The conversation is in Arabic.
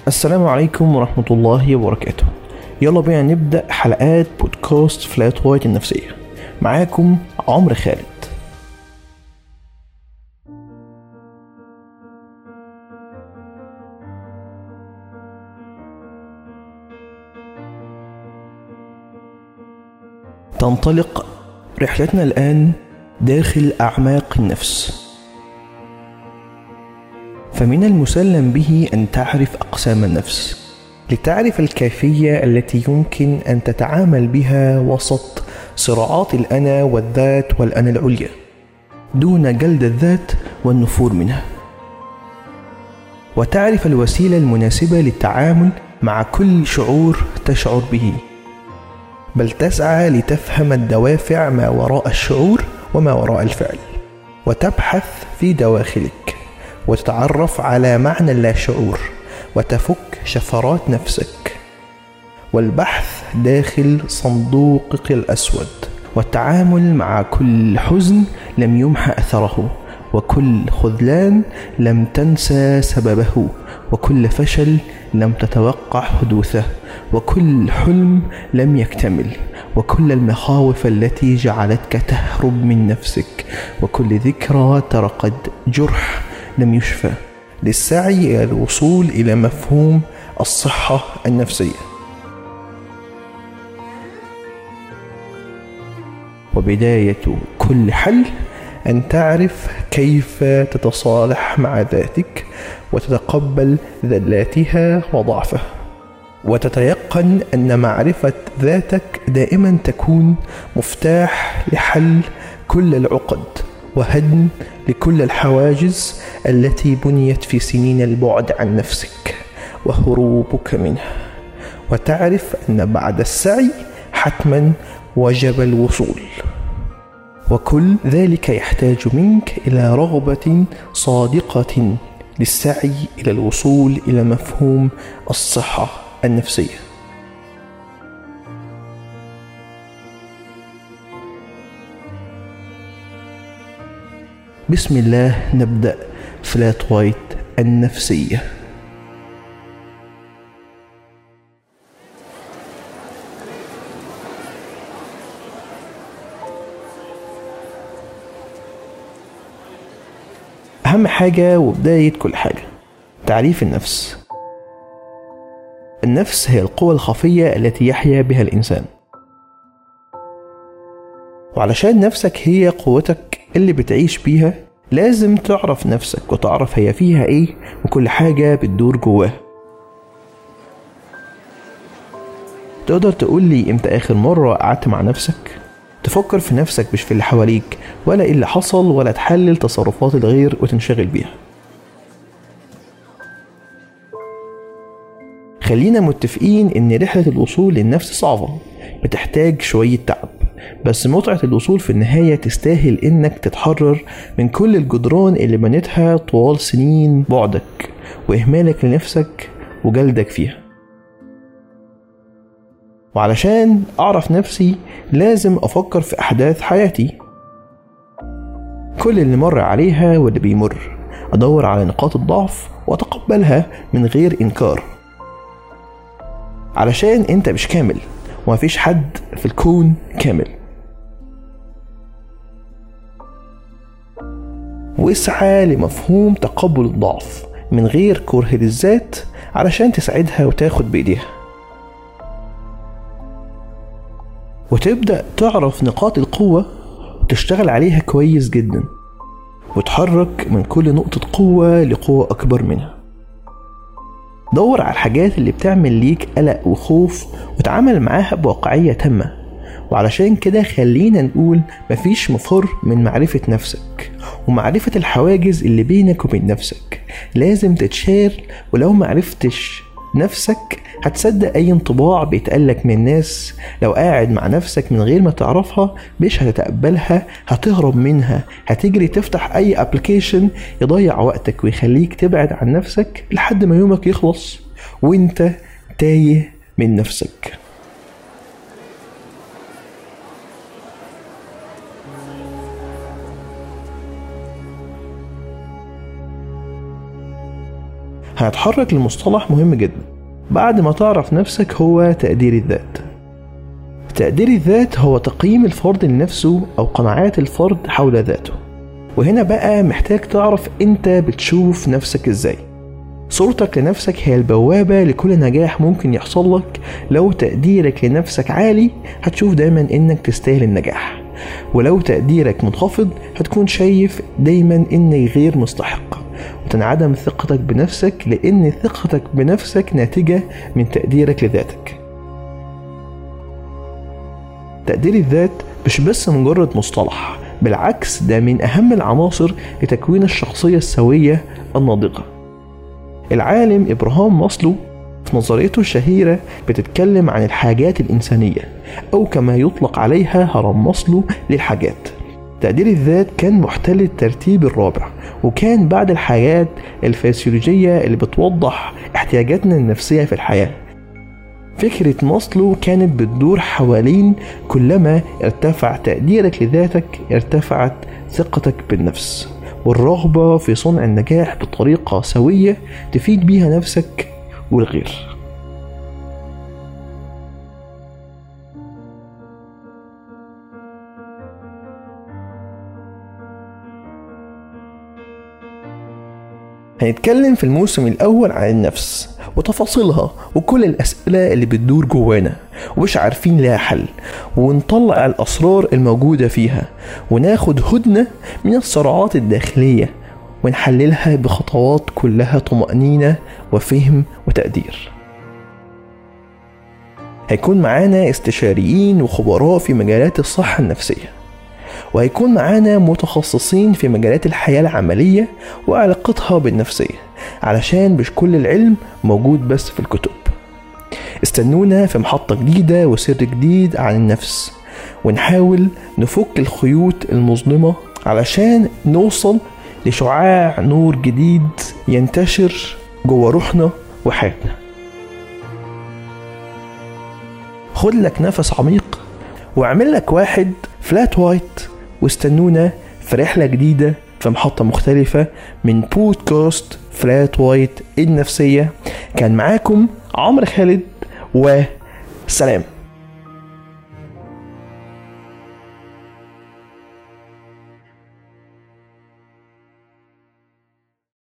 السلام عليكم ورحمة الله وبركاته. يلا بينا نبدأ حلقات بودكاست فلات وايت النفسية. معاكم عمرو خالد. تنطلق رحلتنا الآن داخل أعماق النفس، فمن المسلم به أن تعرف أقسام النفس لتعرف الكيفية التي يمكن أن تتعامل بها وسط صراعات الأنا والذات والأنا العليا دون جلد الذات والنفور منها، وتعرف الوسيلة المناسبة للتعامل مع كل شعور تشعر به، بل تسعى لتفهم الدوافع ما وراء الشعور وما وراء الفعل، وتبحث في دواخلك وتتعرف على معنى اللاشعور وتفك شفرات نفسك، والبحث داخل صندوقك الأسود، والتعامل مع كل حزن لم يمحى أثره، وكل خذلان لم تنسى سببه، وكل فشل لم تتوقع حدوثه، وكل حلم لم يكتمل، وكل المخاوف التي جعلتك تهرب من نفسك، وكل ذكرى ترقد جرح لم يشفى، للسعي إلى الوصول إلى مفهوم الصحة النفسية. وبداية كل حل أن تعرف كيف تتصالح مع ذاتك وتتقبل ذلاتها وضعفها، وتتيقن أن معرفة ذاتك دائما تكون مفتاح لحل كل العقد وهدم لكل الحواجز التي بنيت في سنين البعد عن نفسك وهروبك منها، وتعرف أن بعد السعي حتما وجب الوصول، وكل ذلك يحتاج منك إلى رغبة صادقة للسعي إلى الوصول إلى مفهوم الصحة النفسية. بسم الله نبدأ فلات وايت النفسية. أهم حاجة وبداية كل حاجة تعريف النفس. النفس هي القوة الخفية التي يحيا بها الإنسان، وعلشان نفسك هي قوتك اللي بتعيش بيها لازم تعرف نفسك وتعرف هي فيها ايه وكل حاجة بتدور جواها. تقدر تقول لي امتى آخر مرة قعدت مع نفسك تفكر في نفسك مش في اللي حواليك ولا ايه اللي حصل، ولا تحلل تصرفات الغير وتنشغل بيها؟ خلينا متفقين ان رحلة الوصول للنفس صعبة، بتحتاج شوية تعب، بس متعة الوصول في النهاية تستاهل انك تتحرر من كل الجدران اللي بنيتها طوال سنين بعدك واهمالك لنفسك وجلدك فيها. وعلشان اعرف نفسي لازم افكر في احداث حياتي، كل اللي مر عليها واللي بيمر، ادور على نقاط الضعف واتقبلها من غير انكار، علشان انت مش كامل ومفيش حد في الكون كامل. واسعى لمفهوم تقبل الضعف من غير كره للذات علشان تساعدها وتاخد بإيديها، وتبدأ تعرف نقاط القوة وتشتغل عليها كويس جدا، وتحرك من كل نقطة قوة لقوة أكبر منها. دور على الحاجات اللي بتعمل ليك قلق وخوف وتعامل معاها بواقعية تامة. وعلشان كده خلينا نقول مفيش مفر من معرفة نفسك ومعرفة الحواجز اللي بينك وبين نفسك لازم تتشال. ولو معرفتش نفسك هتصدق اي انطباع بيتقالك من الناس، لو قاعد مع نفسك من غير ما تعرفها مش هتتقبلها، هتهرب منها، هتجري تفتح اي ابليكيشن يضيع وقتك ويخليك تبعد عن نفسك لحد ما يومك يخلص وانت تايه من نفسك. هنتحرك لمصطلح مهم جدا بعد ما تعرف نفسك، هو تقدير الذات. تقدير الذات هو تقييم الفرد لنفسه أو قناعات الفرد حول ذاته. وهنا بقى محتاج تعرف انت بتشوف نفسك ازاي. صورتك لنفسك هي البوابة لكل نجاح ممكن يحصل لك. لو تقديرك لنفسك عالي هتشوف دايما انك تستاهل النجاح، ولو تقديرك منخفض هتكون شايف دايما انك غير مستحق، وتنعدم ثقتك بنفسك، لان ثقتك بنفسك ناتجة من تقديرك لذاتك. تقدير الذات مش بس مجرد مصطلح، بالعكس ده من أهم العناصر لتكوين الشخصية السوية الناضجة. العالم إبراهام ماسلو في نظريته الشهيرة بتتكلم عن الحاجات الإنسانية، أو كما يطلق عليها هرم ماسلو للحاجات. تقدير الذات كان محتل الترتيب الرابع، وكان بعد الحاجات الفسيولوجية اللي بتوضح احتياجاتنا النفسية في الحياة. فكرة ماسلو كانت بتدور حوالين كلما ارتفع تقديرك لذاتك ارتفعت ثقتك بالنفس، والرغبة في صنع النجاح بطريقة سوية تفيد بيها نفسك والغير. هنتكلم في الموسم الأول عن النفس وتفاصيلها وكل الأسئلة اللي بتدور جوانا ومش عارفين لها حل، ونطلع الأسرار الموجودة فيها، وناخد هدنة من الصراعات الداخلية ونحللها بخطوات كلها طمأنينة وفهم وتقدير. هيكون معانا استشاريين وخبراء في مجالات الصحة النفسية، وهيكون معانا متخصصين في مجالات الحياة العملية وعلاقتها بالنفسية، علشان مش كل العلم موجود بس في الكتب. استنونا في محطة جديدة وسر جديد عن النفس، ونحاول نفك الخيوط المظلمة علشان نوصل لشعاع نور جديد ينتشر جوه روحنا وحياتنا. خد لك نفس عميق واعمل لك واحد فلات وايت، واستنونا في رحلة جديدة في محطة مختلفة من بودكاست فلات وايت النفسية. كان معاكم عمرو خالد، وسلام.